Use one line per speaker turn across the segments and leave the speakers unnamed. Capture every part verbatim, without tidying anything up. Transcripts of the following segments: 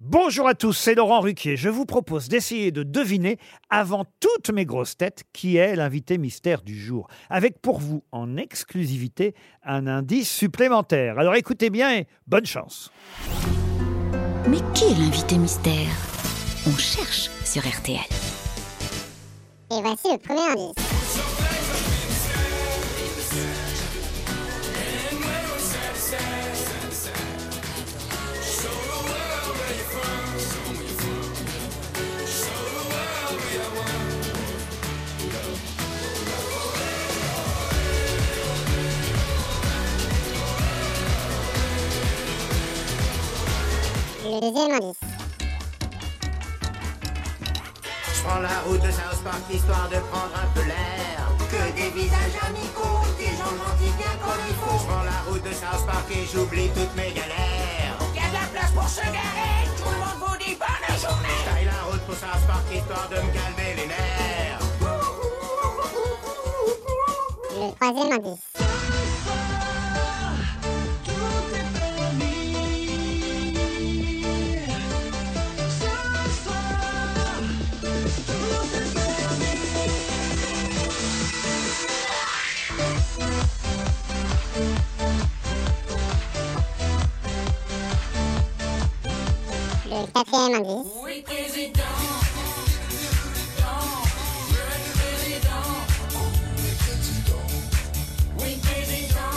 Bonjour à tous, c'est Laurent Ruquier. Je vous propose d'essayer de deviner, avant toutes mes grosses têtes, qui est l'invité mystère du jour. Avec pour vous, en exclusivité, un indice supplémentaire. Alors écoutez bien et bonne chance.
Mais qui est l'invité mystère? On cherche sur R T L.
Et voici le premier indice. Le deuxième indice.
Je prends la route de South Park histoire de prendre un peu l'air. Que des visages amicaux, des gens gentils bien comme il faut. Je prends la route de South Park et j'oublie toutes mes galères.
Y'a de la place pour se garer, tout le monde vous dit bonne journée.
Je taille la route pour South Park histoire de me calmer les nerfs.
Le troisième indice. Le quatrième indice.
Oui, président. Oui, président.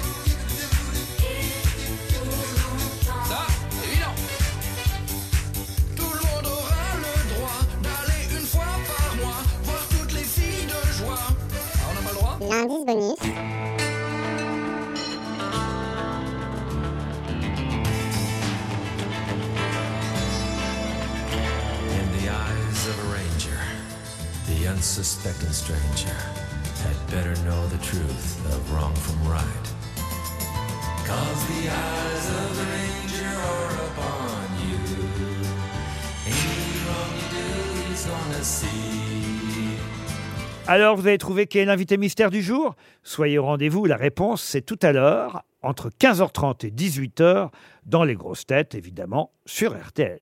Ça, évident. Tout le monde aura le droit d'aller une fois par mois voir toutes les filles de joie. Ah, on a pas le droit?
L'indice bonus.
In the eyes of a ranger, the unsuspecting stranger had better know the truth of wrong from right. Cause the eyes of the ranger are upon you. Any wrong you do, he's gonna see.
Alors, vous avez trouvé qui est l'invité mystère du jour? Soyez au rendez-vous, la réponse c'est tout à l'heure, entre quinze heures trente et dix-huit heures, dans les grosses têtes, évidemment, sur R T L.